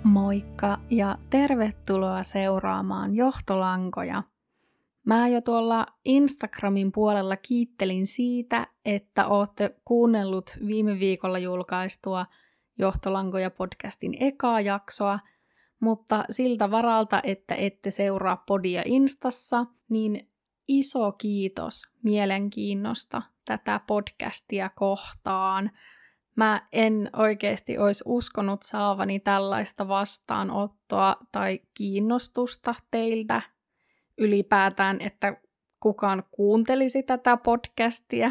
Moikka ja tervetuloa seuraamaan Johtolankoja. Mä jo tuolla Instagramin puolella kiittelin siitä, että ootte kuunnellut viime viikolla julkaistua Johtolankoja podcastin ekaa jaksoa, mutta siltä varalta, että ette seuraa podia Instassa, niin iso kiitos mielenkiinnosta tätä podcastia kohtaan. Mä en oikeasti olisi uskonut saavani tällaista vastaanottoa tai kiinnostusta teiltä ylipäätään, että kukaan kuuntelisi tätä podcastia.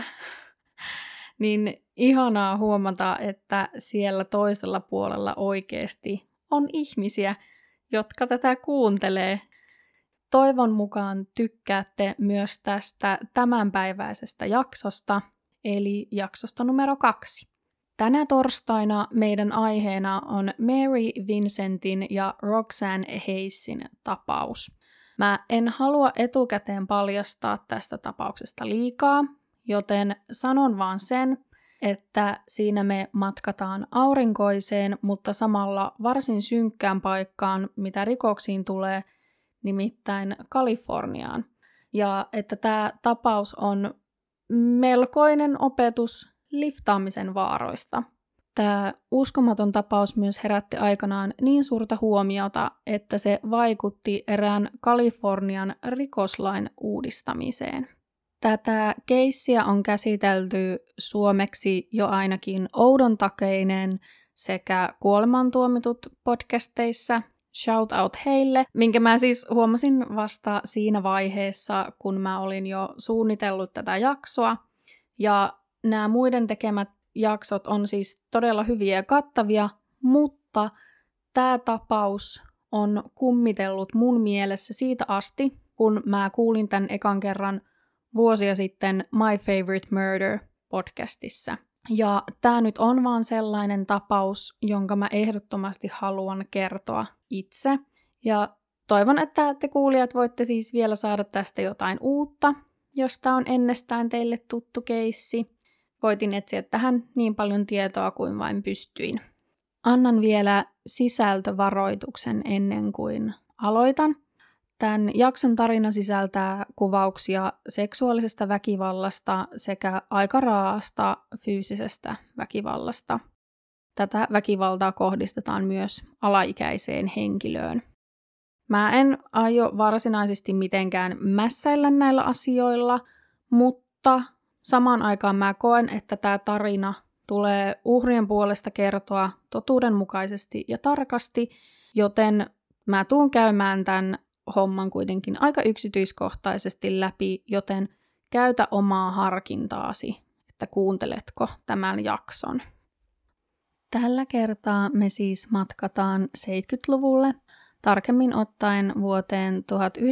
Niin ihanaa huomata, että siellä toisella puolella oikeasti on ihmisiä, jotka tätä kuuntelee. Toivon mukaan tykkäätte myös tästä tämänpäiväisestä jaksosta, eli jaksosta numero 2. Tänä torstaina meidän aiheena on Mary Vincentin ja Roxanne Hayesin tapaus. Mä en halua etukäteen paljastaa tästä tapauksesta liikaa, joten sanon vaan sen, että siinä me matkataan aurinkoiseen, mutta samalla varsin synkkään paikkaan, mitä rikoksiin tulee, nimittäin Kaliforniaan. Ja että tämä tapaus on melkoinen opetus liftaamisen vaaroista. Tämä uskomaton tapaus myös herätti aikanaan niin suurta huomiota, että se vaikutti erään Kalifornian rikoslain uudistamiseen. Tätä keissiä on käsitelty suomeksi jo ainakin Oudon takeinen sekä kuolemantuomitut podcasteissa. Shout out heille, minkä mä siis huomasin vasta siinä vaiheessa, kun mä olin jo suunnitellut tätä jaksoa. Ja nämä muiden tekemät jaksot on siis todella hyviä ja kattavia, mutta tämä tapaus on kummitellut mun mielessä siitä asti, kun mä kuulin tämän ekan kerran vuosia sitten My Favorite Murder podcastissa. Ja tämä nyt on vaan sellainen tapaus, jonka mä ehdottomasti haluan kertoa itse. Ja toivon, että te kuulijat voitte siis vielä saada tästä jotain uutta, jos tämä on ennestään teille tuttu keissi. Koitin etsiä tähän niin paljon tietoa kuin vain pystyin. Annan vielä sisältövaroituksen ennen kuin aloitan. Tämän jakson tarina sisältää kuvauksia seksuaalisesta väkivallasta sekä aika raasta fyysisestä väkivallasta. Tätä väkivaltaa kohdistetaan myös alaikäiseen henkilöön. Mä en aio varsinaisesti mitenkään mässäillä näillä asioilla, mutta samaan aikaan mä koen, että tämä tarina tulee uhrien puolesta kertoa totuudenmukaisesti ja tarkasti, joten mä tuun käymään tämän homman kuitenkin aika yksityiskohtaisesti läpi, joten käytä omaa harkintaasi, että kuunteletko tämän jakson. Tällä kertaa me siis matkataan 70-luvulle, tarkemmin ottaen vuoteen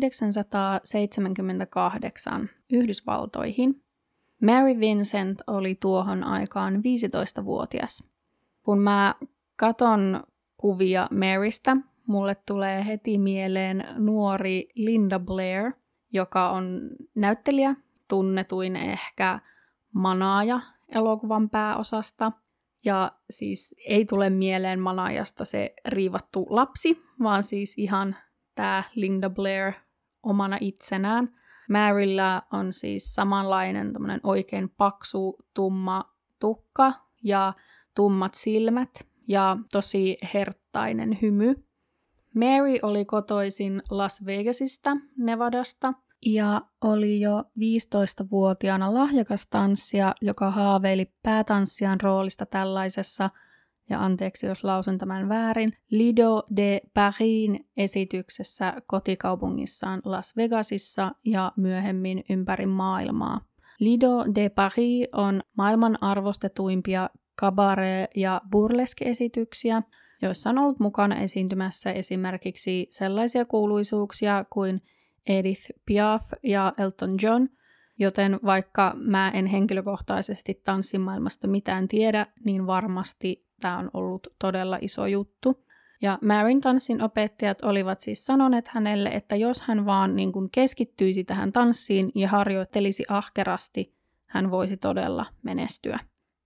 1978 Yhdysvaltoihin. Mary Vincent oli tuohon aikaan 15-vuotias. Kun mä katon kuvia Marystä, mulle tulee heti mieleen nuori Linda Blair, joka on näyttelijä, tunnetuin ehkä Manaaja-elokuvan pääosasta. Ja siis ei tule mieleen Manaajasta se riivattu lapsi, vaan siis ihan tää Linda Blair omana itsenään. Maryllä on siis samanlainen tommonen oikein paksu, tumma tukka ja tummat silmät ja tosi herttainen hymy. Mary oli kotoisin Las Vegasista, Nevadasta, ja oli jo 15-vuotiaana lahjakas tanssija, joka haaveili päätanssijan roolista tällaisessa, ja anteeksi jos lausun tämän väärin, Lido de Paris esityksessä kotikaupungissaan Las Vegasissa ja myöhemmin ympäri maailmaa. Lido de Paris on maailman arvostetuimpia cabaret- ja burleske-esityksiä, joissa on ollut mukana esiintymässä esimerkiksi sellaisia kuuluisuuksia kuin Edith Piaf ja Elton John, joten vaikka mä en henkilökohtaisesti tanssimaailmasta mitään tiedä, niin varmasti tämä on ollut todella iso juttu. Ja Maryn tanssin opettajat olivat siis sanoneet hänelle, että jos hän vaan niin kuin keskittyisi tähän tanssiin ja harjoittelisi ahkerasti, hän voisi todella menestyä.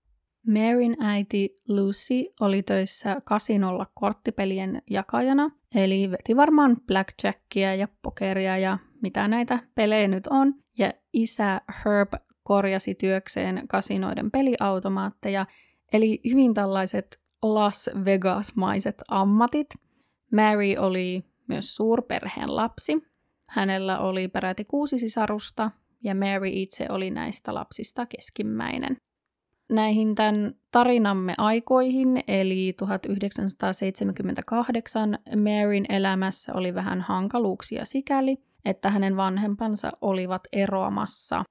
Maryn äiti Lucy oli töissä kasinolla korttipelien jakajana, eli veti varmaan blackjackia ja pokeria ja mitä näitä pelejä nyt on. Ja isä Herb korjasi työkseen kasinoiden peliautomaatteja, eli hyvin tällaiset Las Vegas-maiset ammatit. Mary oli myös suurperheen lapsi. Hänellä oli peräti 6 sisarusta, ja Mary itse oli näistä lapsista keskimmäinen. Näihin tämän tarinamme aikoihin, eli 1978, Maryn elämässä oli vähän hankaluuksia sikäli, että hänen vanhempansa olivat eroamassa.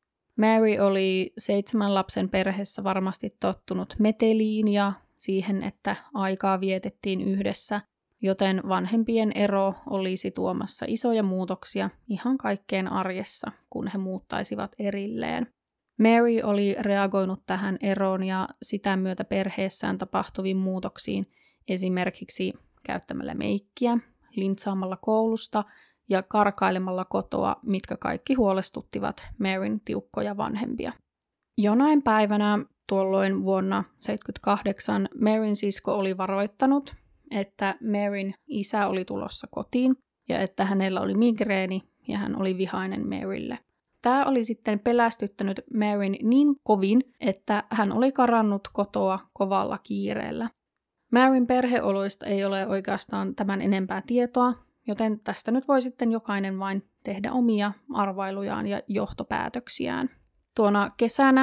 Mary oli 7 lapsen perheessä varmasti tottunut meteliin ja siihen, että aikaa vietettiin yhdessä, joten vanhempien ero olisi tuomassa isoja muutoksia ihan kaikkeen arjessa, kun he muuttaisivat erilleen. Mary oli reagoinut tähän eroon ja sitä myötä perheessään tapahtuviin muutoksiin, esimerkiksi käyttämällä meikkiä, lintsaamalla koulusta ja karkailemalla kotoa, mitkä kaikki huolestuttivat Maryn tiukkoja vanhempia. Jonain päivänä tuolloin vuonna 1978 Maryn sisko oli varoittanut, että Maryn isä oli tulossa kotiin ja että hänellä oli migreeni ja hän oli vihainen Marylle. Tämä oli sitten pelästyttänyt Maryn niin kovin, että hän oli karannut kotoa kovalla kiireellä. Maryn perheoloista ei ole oikeastaan tämän enempää tietoa, joten tästä nyt voi sitten jokainen vain tehdä omia arvailujaan ja johtopäätöksiään. Tuona kesänä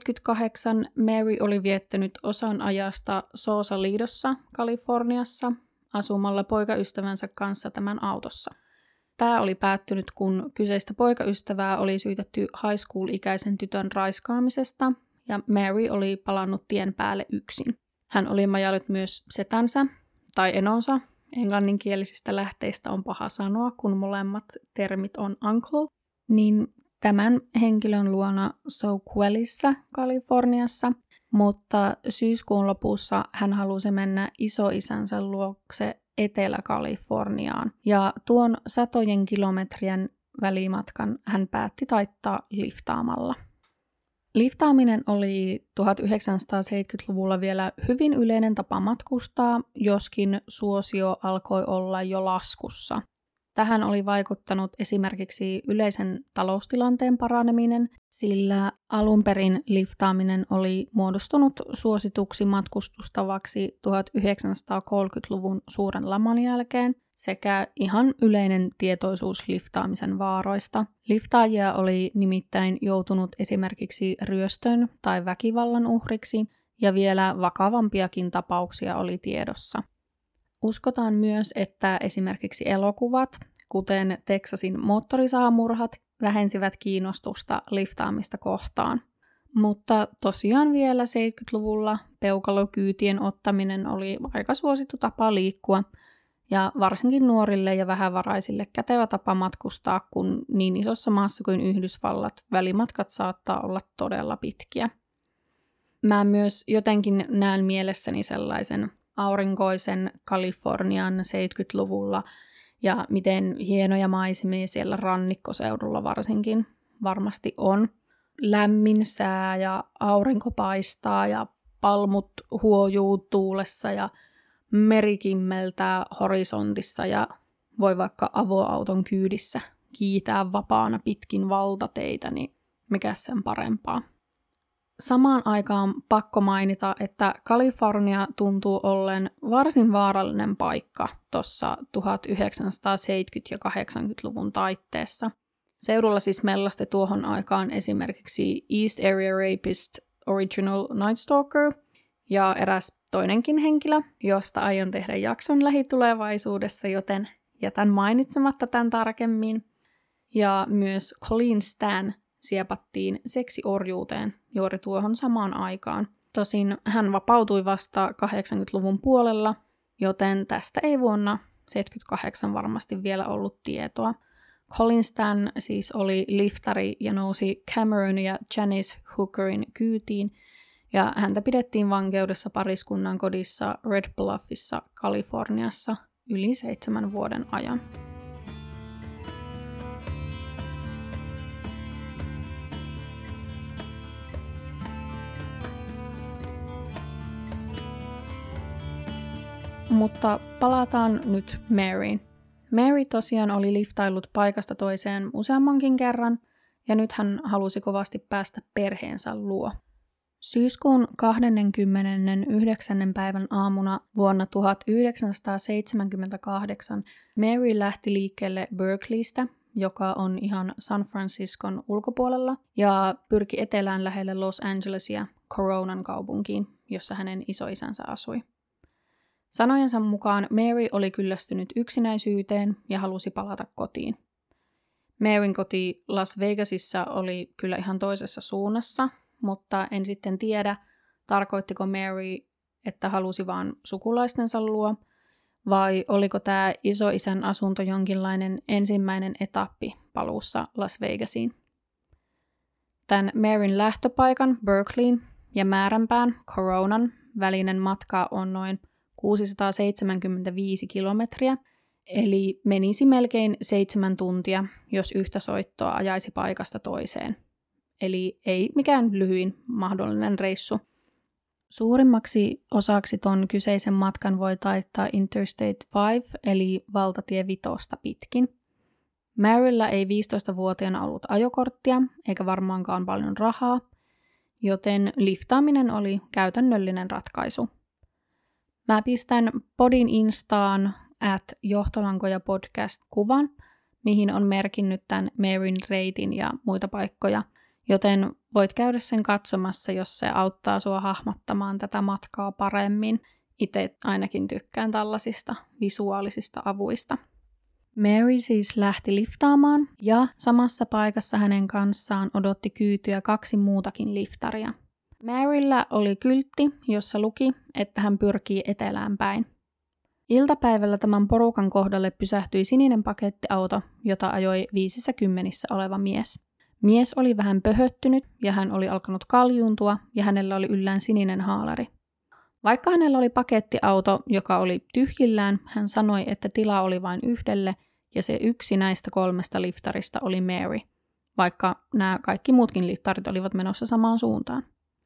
1978 Mary oli viettänyt osan ajasta Sausalidossa, Kaliforniassa, asumalla poikaystävänsä kanssa tämän autossa. Tämä oli päättynyt, kun kyseistä poikaystävää oli syytetty high school-ikäisen tytön raiskaamisesta, ja Mary oli palannut tien päälle yksin. Hän oli majaillut myös setänsä, tai enonsa. Englanninkielisistä lähteistä on paha sanoa, kun molemmat termit on uncle. Niin tämän henkilön luona Soquelissa, Kaliforniassa, mutta syyskuun lopussa hän halusi mennä isoisänsä luokse Etelä-Kaliforniaan, ja tuon satojen kilometrien välimatkan hän päätti taittaa liftaamalla. Liftaaminen oli 1970-luvulla vielä hyvin yleinen tapa matkustaa, joskin suosio alkoi olla jo laskussa. Tähän oli vaikuttanut esimerkiksi yleisen taloustilanteen paraneminen, sillä alun perin liftaaminen oli muodostunut suosituksi matkustustavaksi 1930-luvun suuren laman jälkeen sekä ihan yleinen tietoisuus liftaamisen vaaroista. Liftaajia oli nimittäin joutunut esimerkiksi ryöstön tai väkivallan uhriksi ja vielä vakavampiakin tapauksia oli tiedossa. Uskotaan myös, että esimerkiksi elokuvat, kuten Texasin moottorisahamurhat, vähensivät kiinnostusta liftaamista kohtaan. Mutta tosiaan vielä 70-luvulla peukalokyytien ottaminen oli aika suosittu tapa liikkua, ja varsinkin nuorille ja vähävaraisille kätevä tapa matkustaa, kun niin isossa maassa kuin Yhdysvallat välimatkat saattaa olla todella pitkiä. Mä myös jotenkin näen mielessäni sellaisen aurinkoisen Kalifornian 70-luvulla ja miten hienoja maisemia siellä rannikkoseudulla varsinkin varmasti on. Lämmin sää ja aurinko paistaa ja palmut huojuu tuulessa ja meri kimmeltää horisontissa ja voi vaikka avoauton kyydissä kiitää vapaana pitkin valtateitä, niin mikä sen parempaa. Samaan aikaan pakko mainita, että Kalifornia tuntuu ollen varsin vaarallinen paikka tuossa 1970- ja 80-luvun taitteessa. Seudulla siis mellasti tuohon aikaan esimerkiksi East Area Rapist Original Night Stalker ja eräs toinenkin henkilö, josta aion tehdä jakson lähitulevaisuudessa, joten jätän mainitsematta tämän tarkemmin. Ja myös Colleen Stan siepattiin seksiorjuuteen juuri tuohon samaan aikaan. Tosin hän vapautui vasta 80-luvun puolella, joten tästä ei vuonna 1978 varmasti vielä ollut tietoa. Colleen Stan siis oli liftari ja nousi Cameron ja Janice Hookerin kyytiin, ja häntä pidettiin vankeudessa pariskunnan kodissa Red Bluffissa, Kaliforniassa yli 7 vuoden ajan. Mutta palataan nyt Maryin. Mary tosiaan oli liftaillut paikasta toiseen useammankin kerran, ja nyt hän halusi kovasti päästä perheensä luo. Syyskuun 29. päivän aamuna vuonna 1978 Mary lähti liikkeelle Berkeleystä, joka on ihan San Franciscon ulkopuolella, ja pyrki etelään lähelle Los Angelesia, Coronan kaupunkiin, jossa hänen isoisänsä asui. Sanojensa mukaan Mary oli kyllästynyt yksinäisyyteen ja halusi palata kotiin. Maryn koti Las Vegasissa oli kyllä ihan toisessa suunnassa, mutta en sitten tiedä, tarkoittiko Mary, että halusi vaan sukulaistensa luo, vai oliko tämä isoisän asunto jonkinlainen ensimmäinen etappi paluussa Las Vegasiin. Tämän Maryn lähtöpaikan Berkeleyn ja määränpään Coronan välinen matka on noin 675 kilometriä, eli menisi melkein 7 tuntia, jos yhtä soittoa ajaisi paikasta toiseen. Eli ei mikään lyhyin mahdollinen reissu. Suurimmaksi osaksi ton kyseisen matkan voi taittaa Interstate 5, eli valtatie 5 pitkin. Maryllä ei 15-vuotiaana ollut ajokorttia, eikä varmaankaan paljon rahaa, joten liftaaminen oli käytännöllinen ratkaisu. Mä pistän podin instaan @johtolankoja podcast-kuvan, mihin on merkinnyt tämän Maryn reitin ja muita paikkoja, joten voit käydä sen katsomassa, jos se auttaa sua hahmottamaan tätä matkaa paremmin. Itse ainakin tykkään tällaisista visuaalisista avuista. Mary siis lähti liftaamaan ja samassa paikassa hänen kanssaan odotti kyytyä 2 muutakin liftaria. Maryllä oli kyltti, jossa luki, että hän pyrkii etelään päin. Iltapäivällä tämän porukan kohdalle pysähtyi sininen pakettiauto, jota ajoi 50 oleva mies. Mies oli vähän pöhöttynyt ja hän oli alkanut kaljuuntua ja hänellä oli yllään sininen haalari. Vaikka hänellä oli pakettiauto, joka oli tyhjillään, hän sanoi, että tilaa oli vain yhdelle ja se yksi näistä 3 liftarista oli Mary, vaikka nämä kaikki muutkin liftarit olivat menossa samaan suuntaan.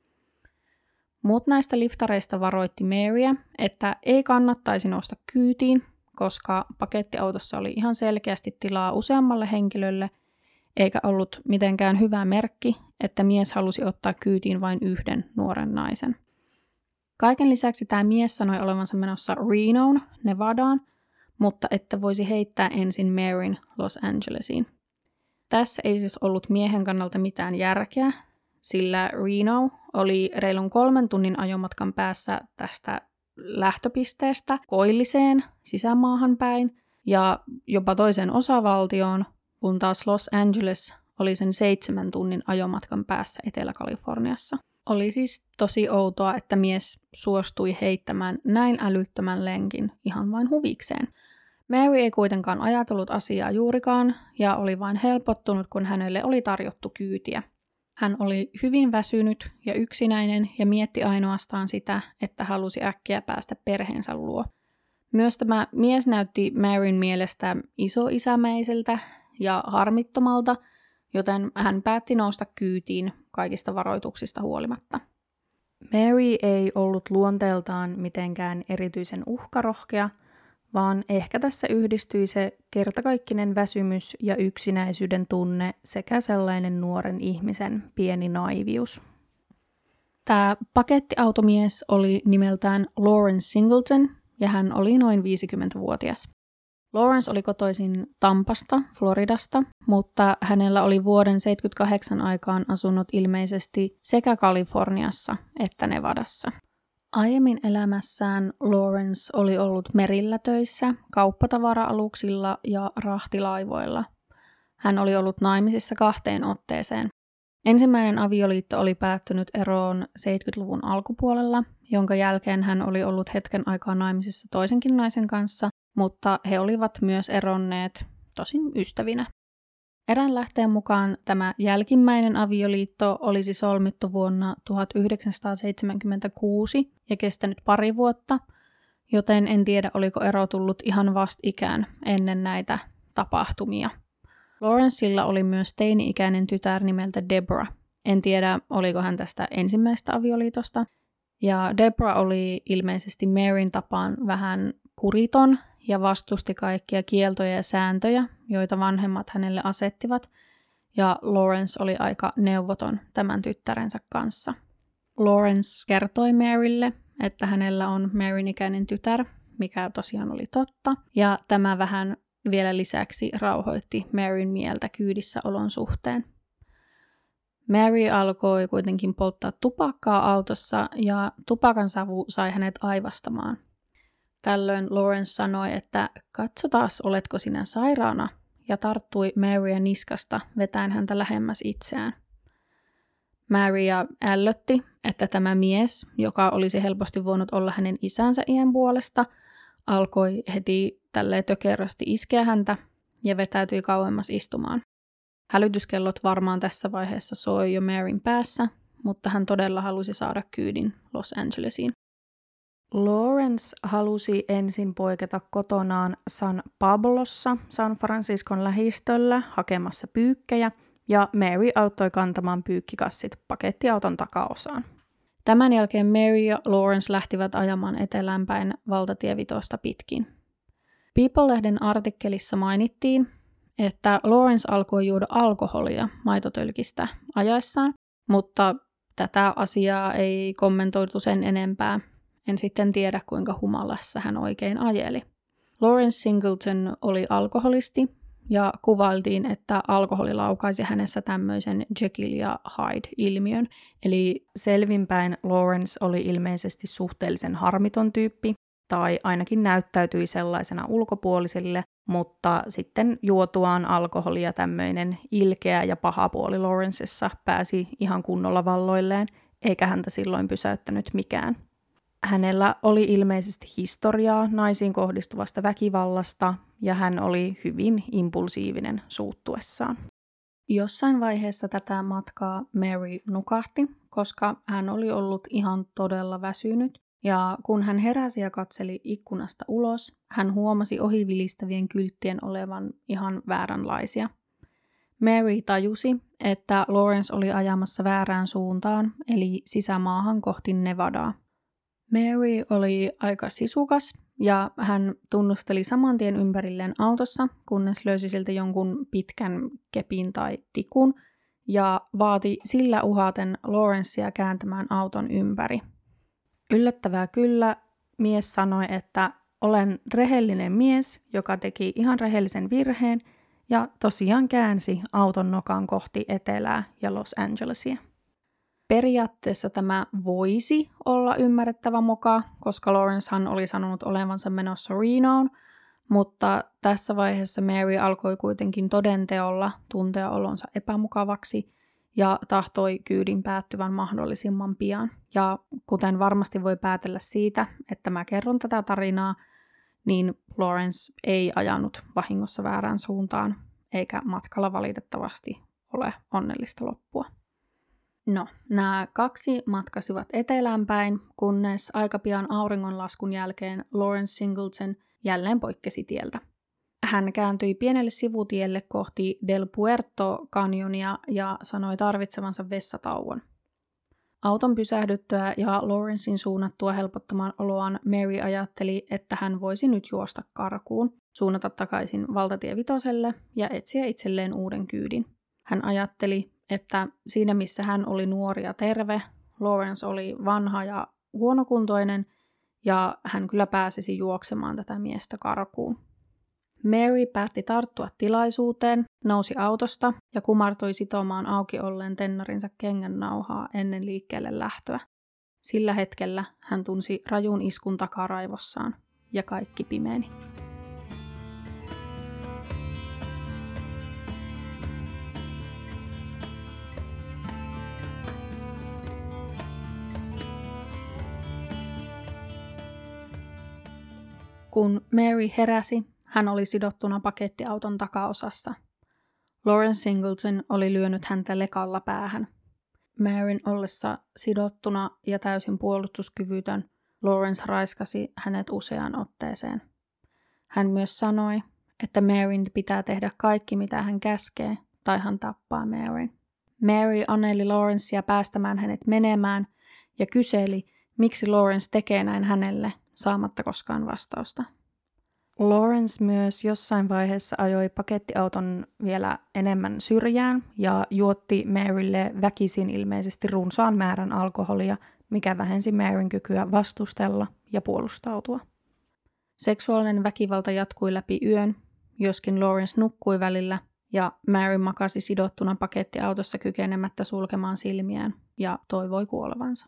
Muut näistä liftareista varoitti Maryä, että ei kannattaisi nousta kyytiin, koska pakettiautossa oli ihan selkeästi tilaa useammalle henkilölle, eikä ollut mitenkään hyvä merkki, että mies halusi ottaa kyytiin vain yhden nuoren naisen. Kaiken lisäksi tämä mies sanoi olevansa menossa Renoon, Nevadaan, mutta että voisi heittää ensin Maryn Los Angelesiin. Tässä ei siis ollut miehen kannalta mitään järkeä, sillä Reno oli reilun 3 tunnin ajomatkan päässä tästä lähtöpisteestä koilliseen sisämaahan päin ja jopa toiseen osavaltioon, kun taas Los Angeles oli sen 7 tunnin ajomatkan päässä Etelä-Kaliforniassa. Oli siis tosi outoa, että mies suostui heittämään näin älyttömän lenkin ihan vain huvikseen. Mary ei kuitenkaan ajatellut asiaa juurikaan ja oli vain helpottunut, kun hänelle oli tarjottu kyytiä. Hän oli hyvin väsynyt ja yksinäinen ja mietti ainoastaan sitä, että halusi äkkiä päästä perheensä luo. Myös tämä mies näytti Maryn mielestä isoisämäiseltä ja harmittomalta, joten hän päätti nousta kyytiin kaikista varoituksista huolimatta. Mary ei ollut luonteeltaan mitenkään erityisen uhkarohkea, vaan ehkä tässä yhdistyi se kertakaikkinen väsymys ja yksinäisyyden tunne sekä sellainen nuoren ihmisen pieni naivius. Tämä pakettiautomies oli nimeltään Lawrence Singleton ja hän oli noin 50-vuotias. Lawrence oli kotoisin Tampasta, Floridasta, mutta hänellä oli vuoden 1978 aikaan asunut ilmeisesti sekä Kaliforniassa että Nevadassa. Aiemmin elämässään Lawrence oli ollut merillä töissä, kauppatavara-aluksilla ja rahtilaivoilla. Hän oli ollut naimisissa 2 otteeseen. Ensimmäinen avioliitto oli päättynyt eroon 70-luvun alkupuolella, jonka jälkeen hän oli ollut hetken aikaa naimisissa toisenkin naisen kanssa, mutta he olivat myös eronneet, tosin ystävinä. Erään lähteen mukaan tämä jälkimmäinen avioliitto olisi solmittu vuonna 1976 ja kestänyt 2 vuotta, joten en tiedä oliko ero tullut ihan vastikään ennen näitä tapahtumia. Lawrencella oli myös teini-ikäinen tytär nimeltä Deborah. En tiedä, oliko hän tästä ensimmäisestä avioliitosta. Ja Deborah oli ilmeisesti Maryn tapaan vähän kuriton ja vastusti kaikkia kieltoja ja sääntöjä, joita vanhemmat hänelle asettivat, ja Lawrence oli aika neuvoton tämän tyttärensä kanssa. Lawrence kertoi Marylle, että hänellä on Maryn ikäinen tytär, mikä tosiaan oli totta, ja tämä vähän vielä lisäksi rauhoitti Maryn mieltä kyydissä olon suhteen. Mary alkoi kuitenkin polttaa tupakkaa autossa ja tupakan savu sai hänet aivastamaan. Tällöin Lawrence sanoi, että katso taas, oletko sinä sairaana, ja tarttui Marya niskasta vetäen häntä lähemmäs itseään. Marya ällötti, että tämä mies, joka olisi helposti voinut olla hänen isänsä iän puolesta, alkoi heti tälleen tökerösti iskeä häntä ja vetäytyi kauemmas istumaan. Hälytyskellot varmaan tässä vaiheessa soi jo Maryn päässä, mutta hän todella halusi saada kyydin Los Angelesiin. Lawrence halusi ensin poiketa kotonaan San Pablossa, San Franciscon lähistöllä, hakemassa pyykkejä, ja Mary auttoi kantamaan pyykkikassit pakettiauton takaosaan. Tämän jälkeen Mary ja Lawrence lähtivät ajamaan eteläänpäin valtatie 5 pitkin. People-lehden artikkelissa mainittiin, että Lawrence alkoi juoda alkoholia maitotölkistä ajaessaan, mutta tätä asiaa ei kommentoitu sen enempää. En sitten tiedä, kuinka humalassa hän oikein ajeli. Lawrence Singleton oli alkoholisti ja kuvailtiin, että alkoholi laukaisi hänessä tämmöisen Jekyll ja Hyde-ilmiön. Eli selvinpäin Lawrence oli ilmeisesti suhteellisen harmiton tyyppi, tai ainakin näyttäytyi sellaisena ulkopuolisille, mutta sitten juotuaan alkoholia tämmöinen ilkeä ja paha puoli Lawrencessa pääsi ihan kunnolla valloilleen, eikä häntä silloin pysäyttänyt mikään. Hänellä oli ilmeisesti historiaa naisiin kohdistuvasta väkivallasta, ja hän oli hyvin impulsiivinen suuttuessaan. Jossain vaiheessa tätä matkaa Mary nukahti, koska hän oli ollut ihan todella väsynyt, ja kun hän heräsi ja katseli ikkunasta ulos, hän huomasi ohivilistävien kylttien olevan ihan vääränlaisia. Mary tajusi, että Lawrence oli ajamassa väärään suuntaan, eli sisämaahan kohti Nevadaa. Mary oli aika sisukas ja hän tunnusteli saman tien ympärilleen autossa, kunnes löysi siltä jonkun pitkän kepin tai tikun ja vaati sillä uhaten Lawrencea kääntämään auton ympäri. Yllättävää kyllä, mies sanoi, että olen rehellinen mies, joka teki ihan rehellisen virheen ja tosiaan käänsi auton nokan kohti etelää ja Los Angelesia. Periaatteessa tämä voisi olla ymmärrettävä moka, koska Lawrencehan oli sanonut olevansa menossa Renoon, mutta tässä vaiheessa Mary alkoi kuitenkin todenteolla tuntea olonsa epämukavaksi ja tahtoi kyydin päättyvän mahdollisimman pian. Ja kuten varmasti voi päätellä siitä, että mä kerron tätä tarinaa, niin Lawrence ei ajanut vahingossa väärään suuntaan, eikä matkalla valitettavasti ole onnellista loppua. No, nämä kaksi matkasivat eteläänpäin, kunnes aika pian auringonlaskun jälkeen Lawrence Singleton jälleen poikkesi tieltä. Hän kääntyi pienelle sivutielle kohti Del Puerto Canyonia ja sanoi tarvitsevansa vessatauon. Auton pysähdyttyä ja Lawrencen suunnattua helpottamaan oloaan Mary ajatteli, että hän voisi nyt juosta karkuun, suunnata takaisin valtatie 5 ja etsiä itselleen uuden kyydin. Hän ajatteli, että siinä missä hän oli nuori ja terve, Lawrence oli vanha ja huonokuntoinen ja hän kyllä pääsisi juoksemaan tätä miestä karkuun. Mary päätti tarttua tilaisuuteen, nousi autosta ja kumartui sitomaan auki olleen tennarinsa kengännauhaa ennen liikkeelle lähtöä. Sillä hetkellä hän tunsi rajun iskun takaraivossaan ja kaikki pimeeni. Kun Mary heräsi, hän oli sidottuna pakettiauton takaosassa. Lawrence Singleton oli lyönyt häntä lekalla päähän. Maryn ollessa sidottuna ja täysin puolustuskyvytön, Lawrence raiskasi hänet useaan otteeseen. Hän myös sanoi, että Maryn pitää tehdä kaikki mitä hän käskee, tai hän tappaa Maryn. Mary aneli Lawrencea päästämään hänet menemään ja kyseli, Miksi Lawrence tekee näin hänelle, saamatta koskaan vastausta? Lawrence myös jossain vaiheessa ajoi pakettiauton vielä enemmän syrjään ja juotti Marylle väkisin ilmeisesti runsaan määrän alkoholia, mikä vähensi Maryn kykyä vastustella ja puolustautua. Seksuaalinen väkivalta jatkui läpi yön, joskin Lawrence nukkui välillä ja Mary makasi sidottuna pakettiautossa kykenemättä sulkemaan silmiään ja toivoi kuolevansa.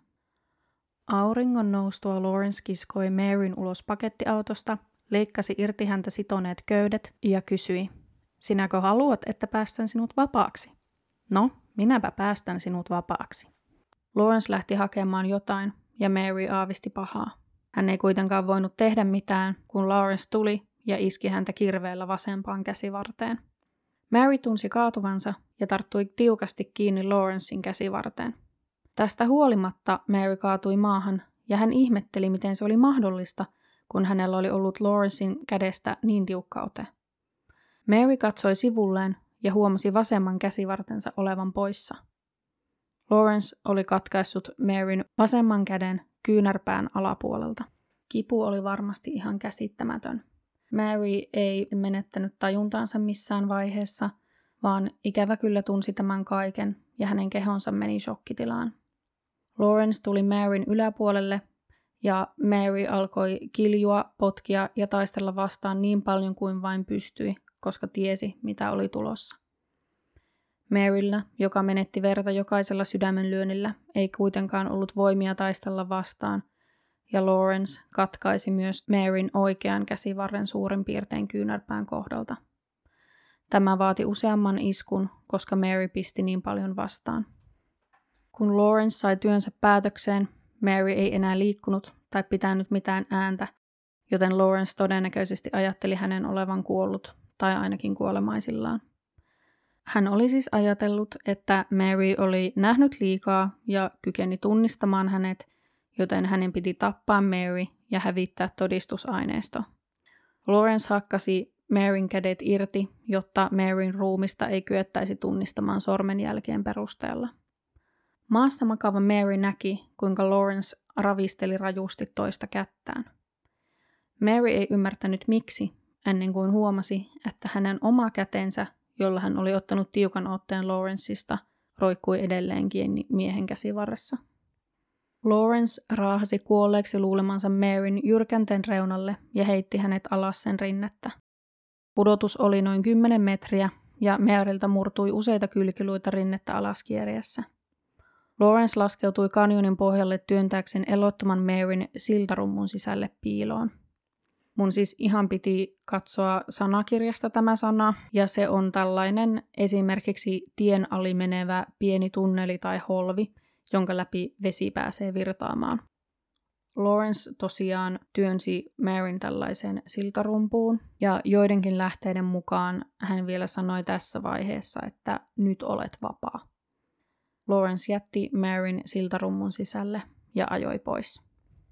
Auringon noustua Lawrence kiskoi Maryn ulos pakettiautosta, leikkasi irti häntä sitoneet köydet ja kysyi, sinäkö haluat, että päästän sinut vapaaksi? No, minäpä päästän sinut vapaaksi. Lawrence lähti hakemaan jotain ja Mary aavisti pahaa. Hän ei kuitenkaan voinut tehdä mitään, kun Lawrence tuli ja iski häntä kirveellä vasempaan käsivarteen. Mary tunsi kaatuvansa ja tarttui tiukasti kiinni Lawrencen käsivarteen. Tästä huolimatta Mary kaatui maahan ja hän ihmetteli, miten se oli mahdollista, kun hänellä oli ollut Lawrencen kädestä niin tiukka ote. Mary katsoi sivulleen ja huomasi vasemman käsivartensa olevan poissa. Lawrence oli katkaissut Maryn vasemman käden kyynärpään alapuolelta. Kipu oli varmasti ihan käsittämätön. Mary ei menettänyt tajuntaansa missään vaiheessa, vaan ikävä kyllä tunsi tämän kaiken ja hänen kehonsa meni shokkitilaan. Lawrence tuli Maryn yläpuolelle ja Mary alkoi kiljua, potkia ja taistella vastaan niin paljon kuin vain pystyi, koska tiesi, mitä oli tulossa. Maryllä, joka menetti verta jokaisella sydämenlyönnillä, ei kuitenkaan ollut voimia taistella vastaan, ja Lawrence katkaisi myös Maryn oikean käsivarren suurin piirtein kyynärpään kohdalta. Tämä vaati useamman iskun, koska Mary pisti niin paljon vastaan. Kun Lawrence sai työnsä päätökseen, Mary ei enää liikkunut tai pitänyt mitään ääntä, joten Lawrence todennäköisesti ajatteli hänen olevan kuollut tai ainakin kuolemaisillaan. Hän oli siis ajatellut, että Mary oli nähnyt liikaa ja kykeni tunnistamaan hänet, joten hänen piti tappaa Mary ja hävittää todistusaineisto. Lawrence hakkasi Maryn kädet irti, jotta Maryn ruumista ei kyettäisi tunnistamaan sormenjälkien perusteella. Maassa makava Mary näki, kuinka Lawrence ravisteli rajusti toista kättään. Mary ei ymmärtänyt miksi, ennen kuin huomasi, että hänen oma kätensä, jolla hän oli ottanut tiukan otteen Lawrencesta, roikkui edelleenkin miehen käsivarressa. Lawrence raahasi kuolleeksi luulemansa Maryn jyrkänteen reunalle ja heitti hänet alas sen rinnettä. Pudotus oli noin 10 metriä ja Maryltä murtui useita kylkiluita rinnettä alaskierjessä. Lawrence laskeutui kanjonin pohjalle työntääkseen elottoman Maryn siltarummun sisälle piiloon. Mun siis ihan piti katsoa sanakirjasta tämä sana, ja se on tällainen esimerkiksi tien ali menevä pieni tunneli tai holvi, jonka läpi vesi pääsee virtaamaan. Lawrence tosiaan työnsi Maryn tällaiseen siltarumpuun, ja joidenkin lähteiden mukaan hän vielä sanoi tässä vaiheessa, että nyt olet vapaa. Lawrence jätti Maryn siltarummun sisälle ja ajoi pois.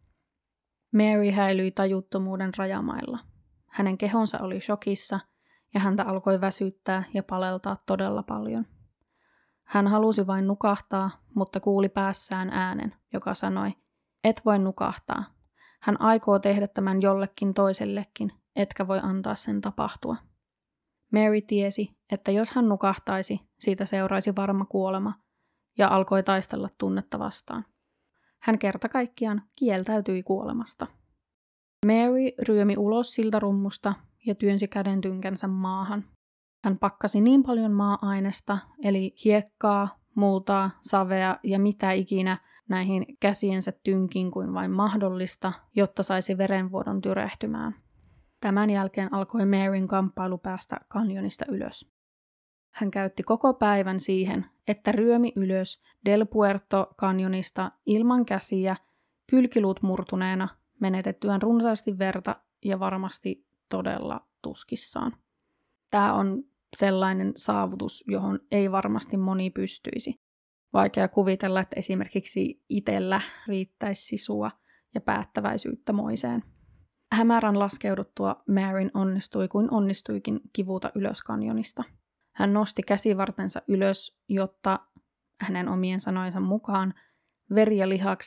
Mary häilyi tajuttomuuden rajamailla. Hänen kehonsa oli shokissa ja häntä alkoi väsyttää ja paleltaa todella paljon. Hän halusi vain nukahtaa, mutta kuuli päässään äänen, joka sanoi, et voi nukahtaa. Hän aikoo tehdä tämän jollekin toisellekin, etkä voi antaa sen tapahtua. Mary tiesi, että jos hän nukahtaisi, siitä seuraisi varma kuolema, ja alkoi taistella tunnetta vastaan. Hän kerta kaikkiaan kieltäytyi kuolemasta. Mary ryömi ulos siltarummusta ja työnsi kädentynkänsä maahan. Hän pakkasi niin paljon maa-ainesta, eli hiekkaa, multaa, savea ja mitä ikinä näihin käsiensä tynkiin kuin vain mahdollista, jotta saisi verenvuodon tyrehtymään. Tämän jälkeen alkoi Maryn kamppailu päästä kanjonista ylös. Hän käytti koko päivän siihen, että ryömi ylös Del Puerto-kanjonista ilman käsiä, kylkiluut murtuneena, menetettyään runsaasti verta ja varmasti todella tuskissaan. Tämä on sellainen saavutus, johon ei varmasti moni pystyisi. Vaikea kuvitella, että esimerkiksi itsellä riittäisi sisua ja päättäväisyyttä moiseen. Hämärän laskeuduttua Maryn onnistui kuin onnistuikin kivuta ylös kanjonista. Hän nosti käsivartensa ylös, jotta hänen omien sanojensa mukaan veri ja lihakset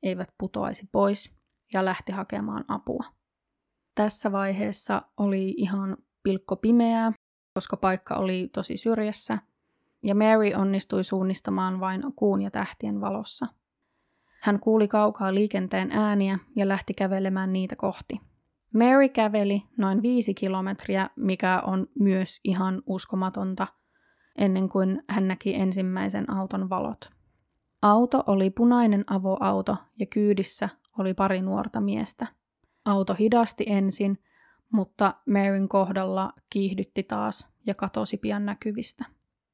eivät putoaisi pois ja lähti hakemaan apua. Tässä vaiheessa oli ihan pilkkopimeää, koska paikka oli tosi syrjässä, ja Mary onnistui suunnistamaan vain kuun ja tähtien valossa. Hän kuuli kaukaa liikenteen ääniä ja lähti kävelemään niitä kohti. Mary käveli noin 5 kilometriä, mikä on myös ihan uskomatonta, ennen kuin hän näki ensimmäisen auton valot. Auto oli punainen avoauto ja kyydissä oli 2 nuorta miestä. Auto hidasti ensin, mutta Maryn kohdalla kiihdytti taas ja katosi pian näkyvistä.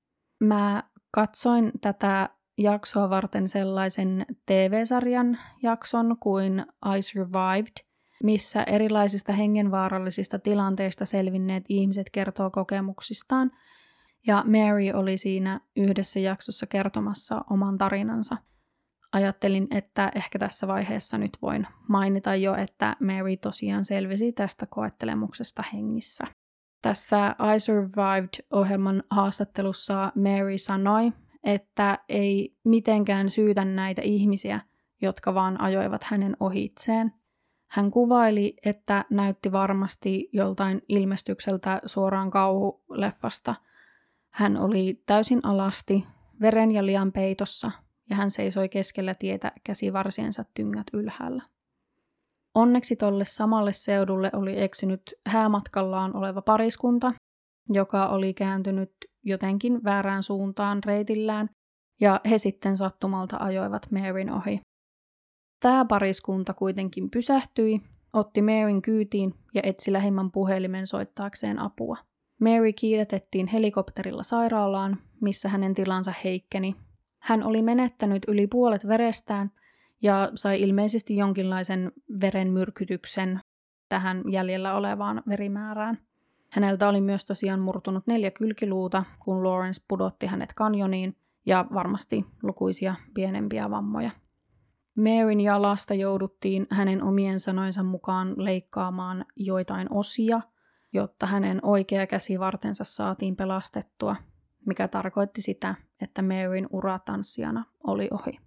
Mä katsoin tätä jaksoa varten sellaisen TV-sarjan jakson kuin I Survived, missä erilaisista hengenvaarallisista tilanteista selvinneet ihmiset kertoo kokemuksistaan, ja Mary oli siinä yhdessä jaksossa kertomassa oman tarinansa. Ajattelin, että ehkä tässä vaiheessa nyt voin mainita jo, että Mary tosiaan selvisi tästä koettelemuksesta hengissä. Tässä I Survived-ohjelman haastattelussa Mary sanoi, että ei mitenkään syytä näitä ihmisiä, jotka vaan ajoivat hänen ohitseen. Hän kuvaili, että näytti varmasti joltain ilmestykseltä suoraan kauhuleffasta. Hän oli täysin alasti, veren ja lian peitossa, ja hän seisoi keskellä tietä käsivarsiensa tyngät ylhäällä. Onneksi tolle samalle seudulle oli eksynyt häämatkallaan oleva pariskunta, joka oli kääntynyt jotenkin väärään suuntaan reitillään, ja he sitten sattumalta ajoivat Maryn ohi. Tämä pariskunta kuitenkin pysähtyi, otti Maryn kyytiin ja etsi lähimmän puhelimen soittaakseen apua. Mary kiidätettiin helikopterilla sairaalaan, missä hänen tilansa heikkeni. Hän oli menettänyt yli puolet verestään ja sai ilmeisesti jonkinlaisen verenmyrkytyksen tähän jäljellä olevaan verimäärään. Häneltä oli myös tosiaan murtunut 4 kylkiluuta, kun Lawrence pudotti hänet kanjoniin, ja varmasti lukuisia pienempiä vammoja. Maryn jalasta jouduttiin hänen omien sanoinsa mukaan leikkaamaan joitain osia, jotta hänen oikea käsivartensa saatiin pelastettua, mikä tarkoitti sitä, että Maryn ura tanssijana oli ohi.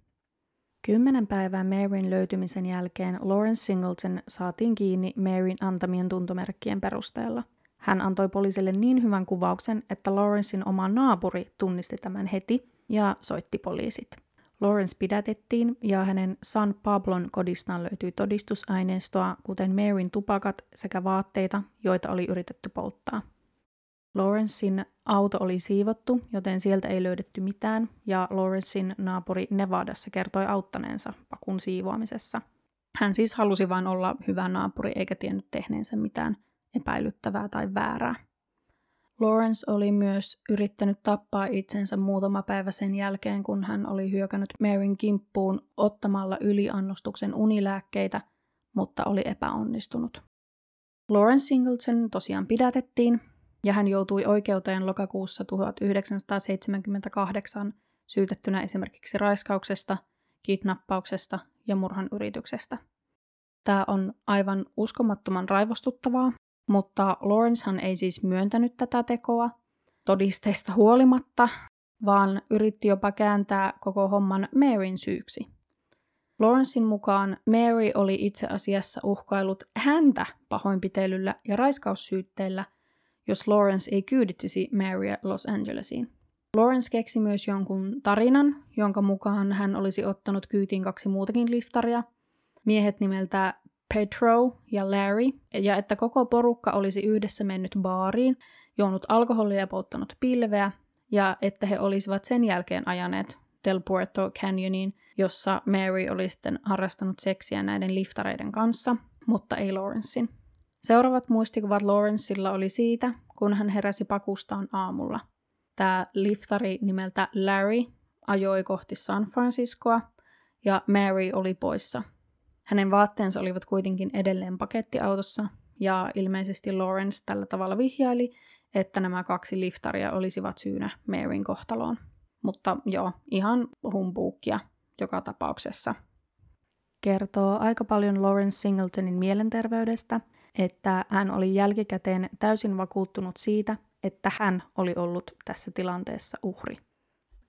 10 päivää Maryn löytymisen jälkeen Lawrence Singleton saatiin kiinni Maryn antamien tuntomerkkien perusteella. Hän antoi poliisille niin hyvän kuvauksen, että Lawrencein oma naapuri tunnisti tämän heti ja soitti poliisit. Lawrence pidätettiin ja hänen San Pablon kodistaan löytyi todistusaineistoa, kuten Maryn tupakat sekä vaatteita, joita oli yritetty polttaa. Lawrencein auto oli siivottu, joten sieltä ei löydetty mitään, ja Lawrencein naapuri Nevadassa kertoi auttaneensa pakun siivoamisessa. Hän siis halusi vain olla hyvä naapuri eikä tiennyt tehneensä mitään epäilyttävää tai väärää. Lawrence oli myös yrittänyt tappaa itsensä muutama päivä sen jälkeen, kun hän oli hyökännyt Maryn kimppuun ottamalla yliannostuksen unilääkkeitä, mutta oli epäonnistunut. Lawrence Singleton tosiaan pidätettiin, ja hän joutui oikeuteen lokakuussa 1978 syytettynä esimerkiksi raiskauksesta, kidnappauksesta ja murhan yrityksestä. Tämä on aivan uskomattoman raivostuttavaa, mutta Lawrencehan ei siis myöntänyt tätä tekoa todisteista huolimatta, vaan yritti jopa kääntää koko homman Maryn syyksi. Lawrencein mukaan Mary oli itse asiassa uhkaillut häntä pahoinpitelyllä ja raiskaussyytteillä, jos Lawrence ei kyyditsisi Maryä Los Angelesiin. Lawrence keksi myös jonkun tarinan, jonka mukaan hän olisi ottanut kyytiin 2 muutakin liftaria, miehet nimeltä Pedro ja Larry, ja että koko porukka olisi yhdessä mennyt baariin, juonut alkoholia ja polttanut pilveä, ja että he olisivat sen jälkeen ajaneet Del Puerto Canyoniin, jossa Mary oli sitten harrastanut seksiä näiden liftareiden kanssa, mutta ei Lawrencein. Seuraavat muistikuvat Lawrencella oli siitä, kun hän heräsi pakustaan aamulla. Tämä liftari nimeltä Larry ajoi kohti San Franciscoa, ja Mary oli poissa. Hänen vaatteensa olivat kuitenkin edelleen pakettiautossa, ja ilmeisesti Lawrence tällä tavalla vihjaili, että nämä 2 liftaria olisivat syynä Maryn kohtaloon. Mutta joo, ihan humpuukia joka tapauksessa. Kertoo aika paljon Lawrence Singletonin mielenterveydestä, että hän oli jälkikäteen täysin vakuuttunut siitä, että hän oli ollut tässä tilanteessa uhri.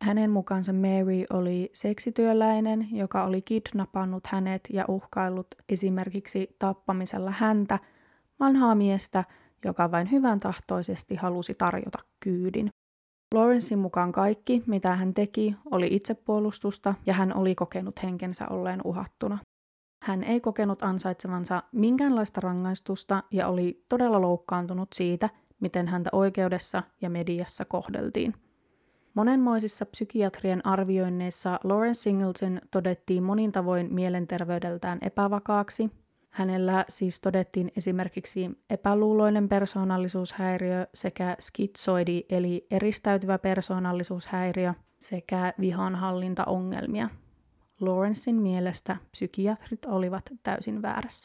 Hänen mukaansa Mary oli seksityöläinen, joka oli kidnappannut hänet ja uhkaillut esimerkiksi tappamisella häntä, vanhaa miestä, joka vain hyvän tahtoisesti halusi tarjota kyydin. Lawrencein mukaan kaikki, mitä hän teki, oli itsepuolustusta ja hän oli kokenut henkensä olleen uhattuna. Hän ei kokenut ansaitsevansa minkäänlaista rangaistusta ja oli todella loukkaantunut siitä, miten häntä oikeudessa ja mediassa kohdeltiin. Monenmoisissa psykiatrien arvioinneissa Lawrence Singleton todettiin monin tavoin mielenterveydeltään epävakaaksi. Hänellä siis todettiin esimerkiksi epäluuloinen persoonallisuushäiriö sekä skitsoidi eli eristäytyvä persoonallisuushäiriö sekä vihanhallintaongelmia. Lawrencein mielestä psykiatrit olivat täysin väärässä.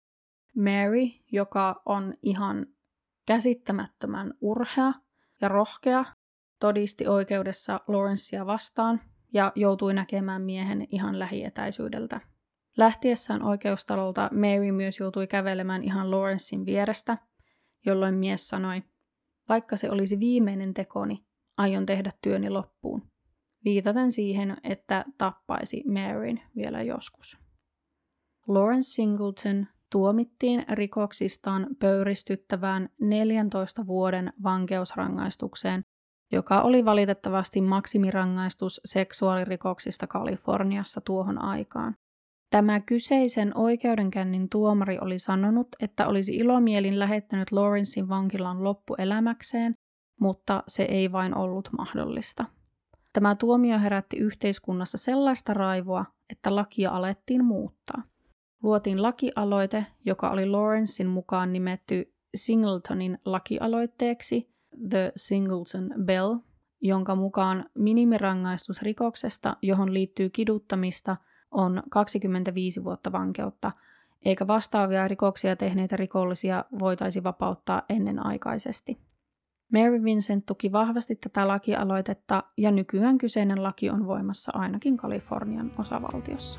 Mary, joka on ihan käsittämättömän urhea ja rohkea, todisti oikeudessa Lawrencea vastaan ja joutui näkemään miehen ihan lähietäisyydeltä. Lähtiessään oikeustalolta Mary myös joutui kävelemään ihan Lawrencein vierestä, jolloin mies sanoi, vaikka se olisi viimeinen tekoni, aion tehdä työni loppuun, viitaten siihen, että tappaisi Maryn vielä joskus. Lawrence Singleton tuomittiin rikoksistaan pöyristyttävään 14 vuoden vankeusrangaistukseen, joka oli valitettavasti maksimirangaistus seksuaalirikoksista Kaliforniassa tuohon aikaan. Tämä kyseisen oikeudenkäynnin tuomari oli sanonut, että olisi ilomielin lähettänyt Lawrencein vankilaan loppuelämäkseen, mutta se ei vain ollut mahdollista. Tämä tuomio herätti yhteiskunnassa sellaista raivoa, että lakia alettiin muuttaa. Luotiin lakialoite, joka oli Lawrencein mukaan nimetty Singletonin lakialoitteeksi The Singleton Bill, jonka mukaan minimirangaistus rikoksesta, johon liittyy kiduttamista, on 25 vuotta vankeutta, eikä vastaavia rikoksia tehneitä rikollisia voitaisi vapauttaa ennenaikaisesti. Mary Vincent tuki vahvasti tätä lakialoitetta ja nykyään kyseinen laki on voimassa ainakin Kalifornian osavaltiossa.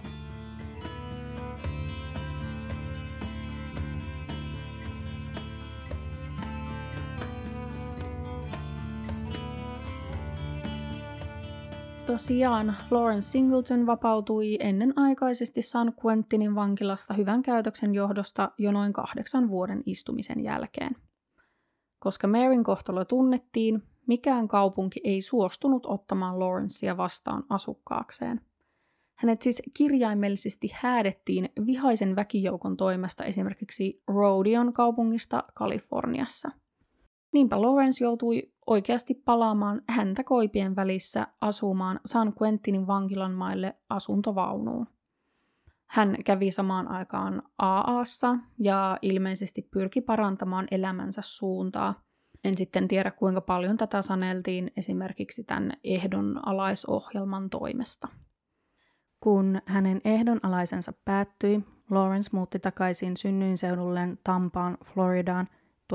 Tosiaan, Lawrence Singleton vapautui ennenaikaisesti San Quentinin vankilasta hyvän käytöksen johdosta jo noin 8 vuoden istumisen jälkeen. Koska Maryn kohtalo tunnettiin, mikään kaupunki ei suostunut ottamaan Lawrencea vastaan asukkaakseen. Hänet siis kirjaimellisesti häädettiin vihaisen väkijoukon toimesta esimerkiksi Rodeon kaupungista Kaliforniassa. Niinpä Lawrence joutui oikeasti palaamaan häntä koipien välissä asumaan San Quentinin vankilan maille asuntovaunuun. Hän kävi samaan aikaan AA:ssa ja ilmeisesti pyrki parantamaan elämänsä suuntaa. En sitten tiedä, kuinka paljon tätä saneltiin esimerkiksi tämän ehdonalaisohjelman toimesta. Kun hänen ehdonalaisensa päättyi, Lawrence muutti takaisin synnyinseudulle Tampaan, Floridaan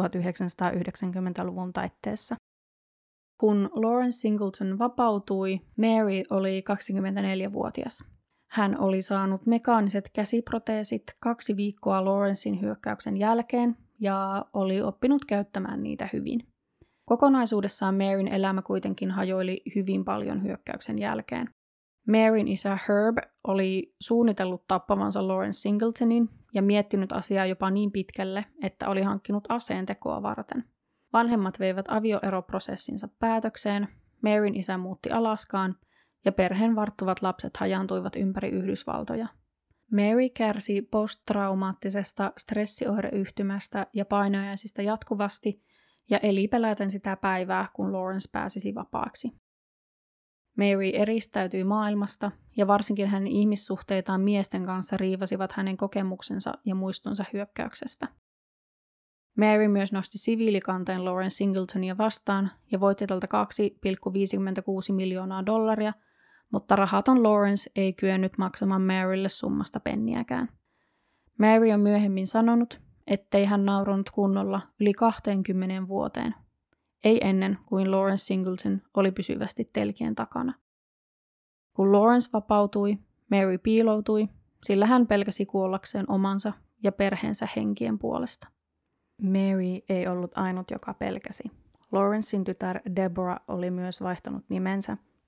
1990-luvun taitteessa. Kun Lawrence Singleton vapautui, Mary oli 24-vuotias. Hän oli saanut mekaaniset käsiproteesit 2 viikkoa Lawrencein hyökkäyksen jälkeen ja oli oppinut käyttämään niitä hyvin. Kokonaisuudessaan Maryn elämä kuitenkin hajoili hyvin paljon hyökkäyksen jälkeen. Maryn isä Herb oli suunnitellut tappavansa Lawrence Singletonin ja miettinyt asiaa jopa niin pitkälle, että oli hankkinut aseen tekoa varten. Vanhemmat veivät avioeroprosessinsa päätökseen, Maryn isä muutti Alaskaan ja perheen varttuvat lapset hajaantuivat ympäri Yhdysvaltoja. Mary kärsi posttraumaattisesta stressioireyhtymästä ja painajaisista jatkuvasti ja eli peläten sitä päivää, kun Lawrence pääsisi vapaaksi. Mary eristäytyi maailmasta ja varsinkin hänen ihmissuhteitaan miesten kanssa riivasivat hänen kokemuksensa ja muistonsa hyökkäyksestä. Mary myös nosti siviilikanteen Lawrence Singletonia vastaan ja voitti tältä $2,56 miljoonaa, mutta rahaton Lawrence ei kyennyt maksamaan Marylle summasta penniäkään. Mary on myöhemmin sanonut, ettei hän naurunut kunnolla yli 20 vuoteen. Ei ennen kuin Lawrence Singleton oli pysyvästi telkien takana. Kun Lawrence vapautui, Mary piiloutui, sillä hän pelkäsi kuollakseen omansa ja perheensä henkien puolesta. Mary ei ollut ainut, joka pelkäsi. Lawrencein tytär Deborah oli myös vaihtanut nimensä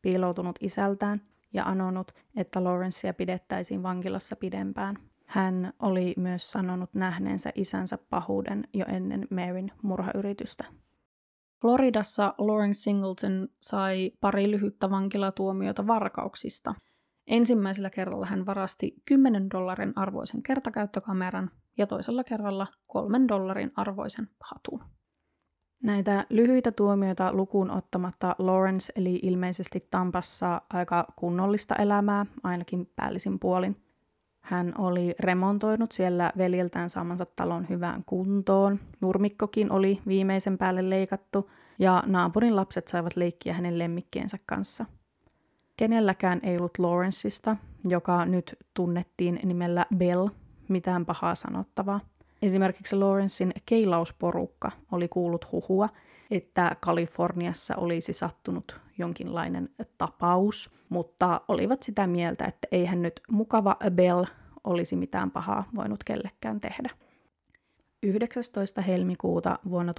piiloutunut isältään ja anonut, että Lawrencea pidettäisiin vankilassa pidempään. Hän oli myös sanonut nähneensä isänsä pahuuden jo ennen Maryn murhayritystä. Floridassa Lawrence Singleton sai pari lyhyttä vankilatuomiota varkauksista. Ensimmäisellä kerralla hän varasti $10 arvoisen kertakäyttökameran ja toisella kerralla $3 arvoisen hatun. Näitä lyhyitä tuomioita lukuun ottamatta Lawrence eli ilmeisesti Tampassa aika kunnollista elämää, ainakin päällisin puolin. Hän oli remontoinut siellä veljeltään saamansa talon hyvään kuntoon. Nurmikkokin oli viimeisen päälle leikattu ja naapurin lapset saivat leikkiä hänen lemmikkiensä kanssa. Kenelläkään ei ollut Lawrencesta, joka nyt tunnettiin nimellä Bell, mitään pahaa sanottavaa. Esimerkiksi Lawrencen keilausporukka oli kuullut huhua, että Kaliforniassa olisi sattunut jonkinlainen tapaus, mutta olivat sitä mieltä, että eihän nyt mukava Bell olisi mitään pahaa voinut kellekään tehdä. 19. helmikuuta vuonna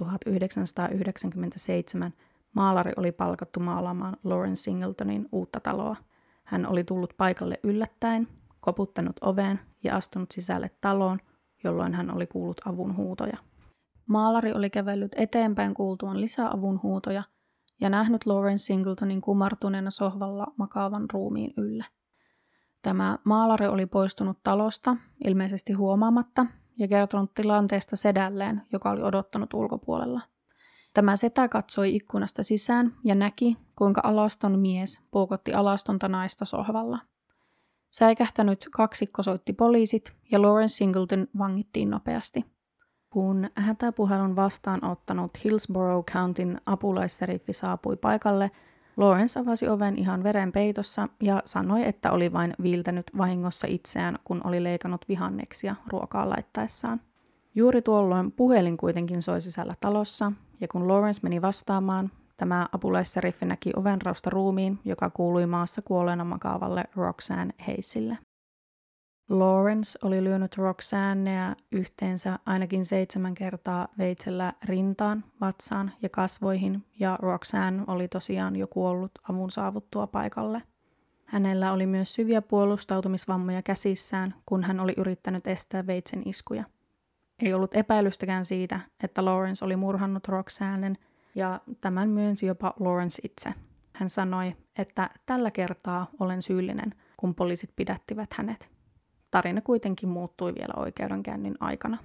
1997 maalari oli palkattu maalaamaan Lawrence Singletonin uutta taloa. Hän oli tullut paikalle yllättäen, koputtanut oveen ja astunut sisälle taloon, jolloin hän oli kuullut avunhuutoja. Maalari oli kävellyt eteenpäin kuultuaan lisää avunhuutoja ja nähnyt Lawrence Singletonin kumartuneena sohvalla makaavan ruumiin yllä. Tämä maalari oli poistunut talosta, ilmeisesti huomaamatta, ja kertonut tilanteesta sedälleen, joka oli odottanut ulkopuolella. Tämä setä katsoi ikkunasta sisään ja näki, kuinka alaston mies puukotti alastonta naista sohvalla. Säikähtänyt kaksikko soitti poliisit ja Lawrence Singleton vangittiin nopeasti. Kun hätäpuhelun vastaanottanut Hillsborough Countyn apulaisseriffi saapui paikalle, Lawrence avasi oven ihan verenpeitossa ja sanoi, että oli vain viiltänyt vahingossa itseään, kun oli leikannut vihanneksia ruokaa laittaessaan. Juuri tuolloin puhelin kuitenkin soi sisällä talossa, ja kun Lawrence meni vastaamaan, tämä apulaisseriffi näki ovenrausta ruumiin, joka kuului maassa kuolleena makaavalle Roxanne Hayesille. Lawrence oli lyönyt Roxannea yhteensä ainakin 7 kertaa veitsellä rintaan, vatsaan ja kasvoihin, ja Roxanne oli tosiaan jo kuollut avun saavuttua paikalle. Hänellä oli myös syviä puolustautumisvammoja käsissään, kun hän oli yrittänyt estää veitsen iskuja. Ei ollut epäilystäkään siitä, että Lawrence oli murhannut Roxannen, ja tämän myönsi jopa Lawrence itse. Hän sanoi, että tällä kertaa olen syyllinen, kun poliisit pidättivät hänet. Tarina kuitenkin muuttui vielä oikeudenkäynnin aikana.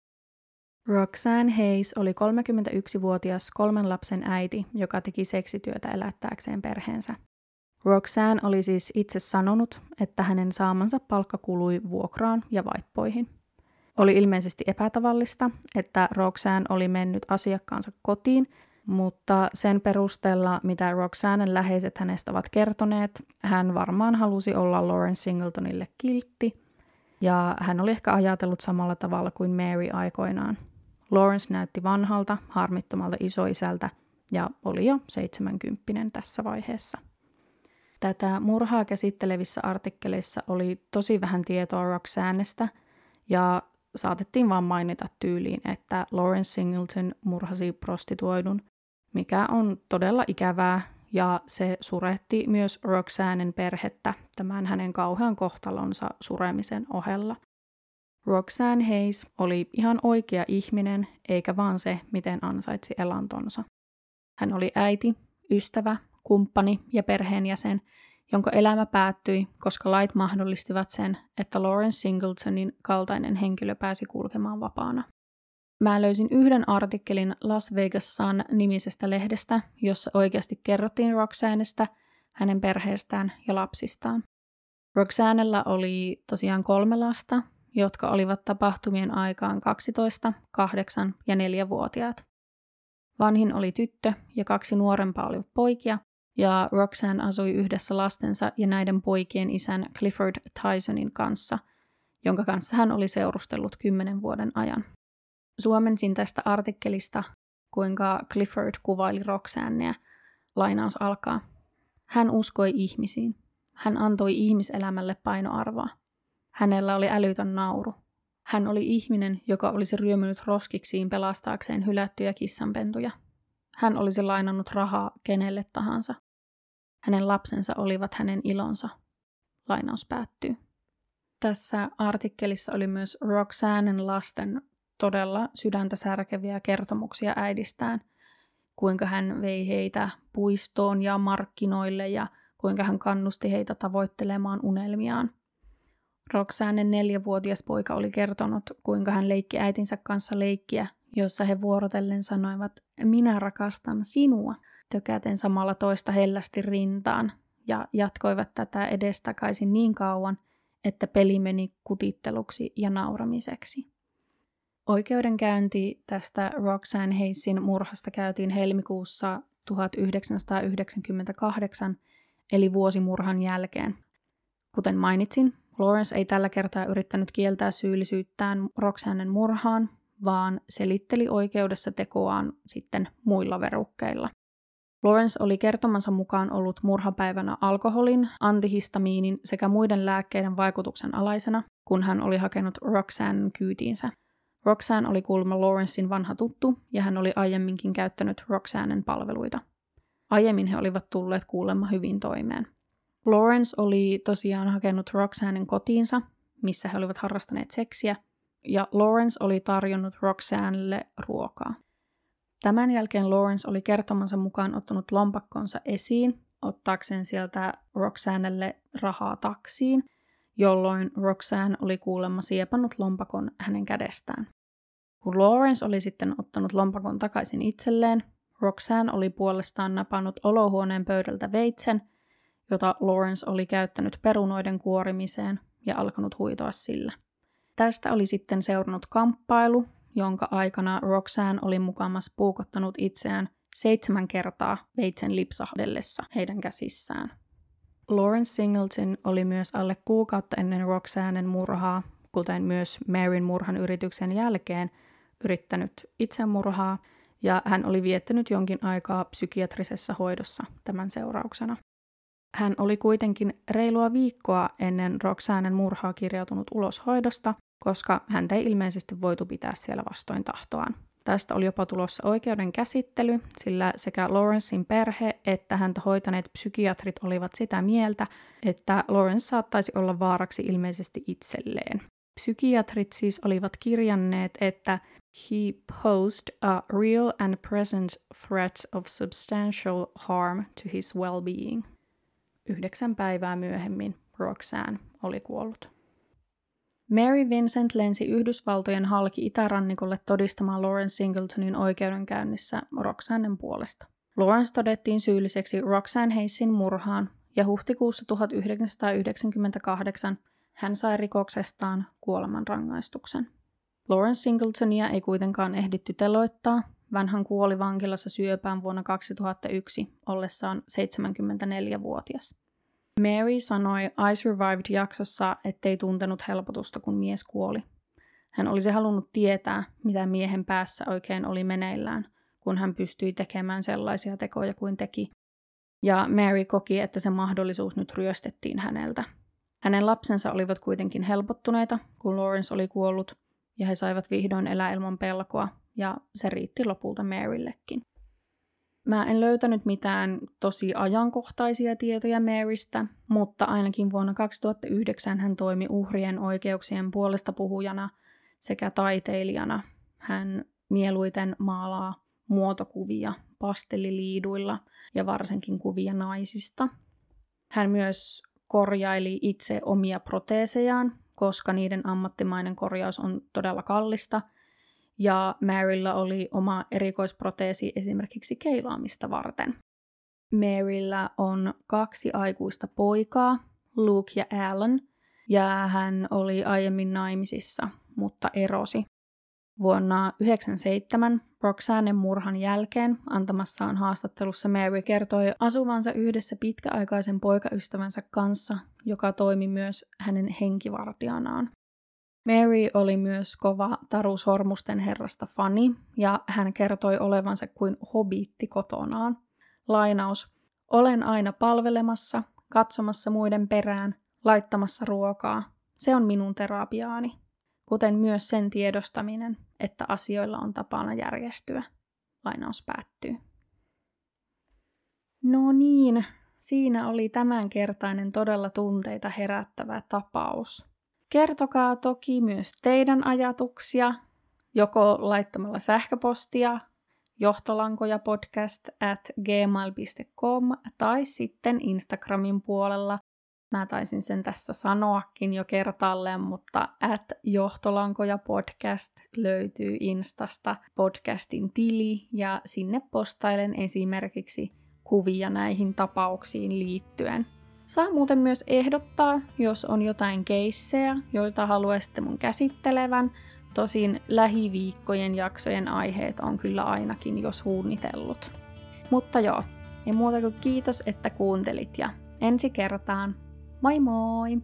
Roxanne Hayes oli 31-vuotias 3 lapsen äiti, joka teki seksityötä elättääkseen perheensä. Roxanne oli siis itse sanonut, että hänen saamansa palkka kului vuokraan ja vaippoihin. Oli ilmeisesti epätavallista, että Roxanne oli mennyt asiakkaansa kotiin, mutta sen perusteella, mitä Roxannen läheiset hänestä ovat kertoneet, hän varmaan halusi olla Lawrence Singletonille kiltti, ja hän oli ehkä ajatellut samalla tavalla kuin Mary aikoinaan. Lawrence näytti vanhalta, harmittomalta isoisältä ja oli jo 70 tässä vaiheessa. Tätä murhaa käsittelevissä artikkeleissa oli tosi vähän tietoa Roxannesta ja saatettiin vaan mainita tyyliin, että Lawrence Singleton murhasi prostituoidun, mikä on todella ikävää ja se suretti myös Roxannen perhettä tämän hänen kauhean kohtalonsa suremisen ohella. Roxanne Hayes oli ihan oikea ihminen, eikä vaan se, miten ansaitsi elantonsa. Hän oli äiti, ystävä, kumppani ja perheenjäsen, jonka elämä päättyi, koska lait mahdollistivat sen, että Lawrence Singletonin kaltainen henkilö pääsi kulkemaan vapaana. Mä löysin yhden artikkelin Las Vegas Sun-nimisestä lehdestä, jossa oikeasti kerrottiin Roxannesta, hänen perheestään ja lapsistaan. Roxannella oli tosiaan 3 lasta, jotka olivat tapahtumien aikaan 12, 8 ja 4-vuotiaat. Vanhin oli tyttö ja 2 nuorempaa olivat poikia, ja Roxanne asui yhdessä lastensa ja näiden poikien isän Clifford Tysonin kanssa, jonka kanssa hän oli seurustellut 10 vuoden ajan. Suomensin tästä artikkelista, kuinka Clifford kuvaili Roxannea. Lainaus alkaa. Hän uskoi ihmisiin. Hän antoi ihmiselämälle painoarvoa. Hänellä oli älytön nauru. Hän oli ihminen, joka olisi ryömynyt roskiksiin pelastaakseen hylättyjä kissanpentuja. Hän olisi lainannut rahaa kenelle tahansa. Hänen lapsensa olivat hänen ilonsa. Lainaus päättyy. Tässä artikkelissa oli myös Roxannen lasten todella sydäntä särkeviä kertomuksia äidistään, kuinka hän vei heitä puistoon ja markkinoille ja kuinka hän kannusti heitä tavoittelemaan unelmiaan. Roxannen 4-vuotias poika oli kertonut, kuinka hän leikki äitinsä kanssa leikkiä, jossa he vuorotellen sanoivat, minä rakastan sinua, tökäten samalla toista hellästi rintaan, ja jatkoivat tätä edestakaisin niin kauan, että peli meni kutitteluksi ja nauramiseksi. Oikeudenkäynti tästä Roxanne Hayesin murhasta käytiin helmikuussa 1998, eli vuosimurhan jälkeen. Kuten mainitsin, Lawrence ei tällä kertaa yrittänyt kieltää syyllisyyttään Roxannen murhaan, vaan selitteli oikeudessa tekoaan sitten muilla verukkeilla. Lawrence oli kertomansa mukaan ollut murhapäivänä alkoholin, antihistamiinin sekä muiden lääkkeiden vaikutuksen alaisena, kun hän oli hakenut Roxannen kyytiinsä. Roxanne oli kuulemma Lawrencein vanha tuttu, ja hän oli aiemminkin käyttänyt Roxannen palveluita. Aiemmin he olivat tulleet kuulemma hyvin toimeen. Lawrence oli tosiaan hakenut Roxannen kotiinsa, missä he olivat harrastaneet seksiä, ja Lawrence oli tarjonnut Roxannelle ruokaa. Tämän jälkeen Lawrence oli kertomansa mukaan ottanut lompakkonsa esiin, ottaakseen sieltä Roxannelle rahaa taksiin, jolloin Roxanne oli kuulemma siepannut lompakon hänen kädestään. Kun Lawrence oli sitten ottanut lompakon takaisin itselleen, Roxanne oli puolestaan napannut olohuoneen pöydältä veitsen, jota Lawrence oli käyttänyt perunoiden kuorimiseen ja alkanut huitoa sillä. Tästä oli sitten seurannut kamppailu, jonka aikana Roxanne oli mukamas puukottanut itseään 7 kertaa veitsen lipsahdellessa heidän käsissään. Lawrence Singleton oli myös alle kuukautta ennen Roxannen murhaa, kuten myös Maryn murhan yrityksen jälkeen, yrittänyt itsemurhaa, ja hän oli viettänyt jonkin aikaa psykiatrisessa hoidossa tämän seurauksena. Hän oli kuitenkin reilua viikkoa ennen Roxannen murhaa kirjautunut ulos hoidosta, koska häntä ei ilmeisesti voitu pitää siellä vastoin tahtoaan. Tästä oli jopa tulossa oikeuden käsittely, sillä sekä Lawrencein perhe että häntä hoitaneet psykiatrit olivat sitä mieltä, että Lawrence saattaisi olla vaaraksi ilmeisesti itselleen. Psykiatrit siis olivat kirjanneet, että he posed a real and present threat of substantial harm to his well-being. 9 päivää myöhemmin Roxanne oli kuollut. Mary Vincent lensi Yhdysvaltojen halki itärannikolle todistamaan Lawrence Singletonin oikeudenkäynnissä Roxannen puolesta. Lawrence todettiin syylliseksi Roxanne Hayesin murhaan, ja huhtikuussa 1998 hän sai rikoksestaan kuolemanrangaistuksen. Lawrence Singletonia ei kuitenkaan ehditty teloittaa, vaan hän kuoli vankilassa syöpään vuonna 2001 ollessaan 74-vuotias. Mary sanoi I Survived-jaksossa, ettei tuntenut helpotusta, kun mies kuoli. Hän olisi halunnut tietää, mitä miehen päässä oikein oli meneillään, kun hän pystyi tekemään sellaisia tekoja kuin teki. Ja Mary koki, että se mahdollisuus nyt ryöstettiin häneltä. Hänen lapsensa olivat kuitenkin helpottuneita, kun Lawrence oli kuollut, ja he saivat vihdoin elää ilman pelkoa, ja se riitti lopulta Maryllekin. Mä en löytänyt mitään tosi ajankohtaisia tietoja Marystä, mutta ainakin vuonna 2009 hän toimi uhrien oikeuksien puolesta puhujana sekä taiteilijana. Hän mieluiten maalaa muotokuvia pastelliliiduilla ja varsinkin kuvia naisista. Hän myös korjaili itse omia proteesejaan, koska niiden ammattimainen korjaus on todella kallista. Ja Marylla oli oma erikoisproteesi esimerkiksi keilaamista varten. Marylla on 2 aikuista poikaa, Luke ja Alan, ja hän oli aiemmin naimisissa, mutta erosi. Vuonna 1997 Roxannen murhan jälkeen antamassaan haastattelussa Mary kertoi asuvansa yhdessä pitkäaikaisen poikaystävänsä kanssa, joka toimi myös hänen henkivartijanaan. Mary oli myös kova Taru Sormusten herrasta fani, ja hän kertoi olevansa kuin hobiitti kotonaan. Lainaus, olen aina palvelemassa, katsomassa muiden perään, laittamassa ruokaa. Se on minun terapiaani, kuten myös sen tiedostaminen, että asioilla on tapana järjestyä. Lainaus päättyy. No niin, siinä oli tämänkertainen todella tunteita herättävä tapaus. Kertokaa toki myös teidän ajatuksia, joko laittamalla sähköpostia johtolankojapodcast@gmail.com tai sitten Instagramin puolella. Mä taisin sen tässä sanoakin jo kertaalleen, mutta @johtolankojapodcast löytyy Instasta podcastin tili ja sinne postailen esimerkiksi kuvia näihin tapauksiin liittyen. Saa muuten myös ehdottaa, jos on jotain keissejä, joita haluaisitte mun käsittelevän. Tosin lähiviikkojen jaksojen aiheet on kyllä ainakin jo suunnitellut. Mutta joo, ei muuta kuin kiitos, että kuuntelit ja ensi kertaan. Moi moi!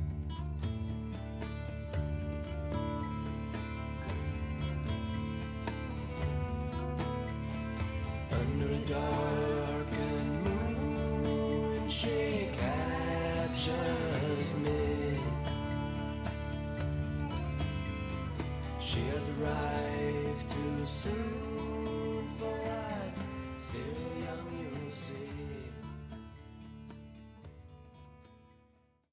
Under a darkened moon, she captures me. She has arrived too soon for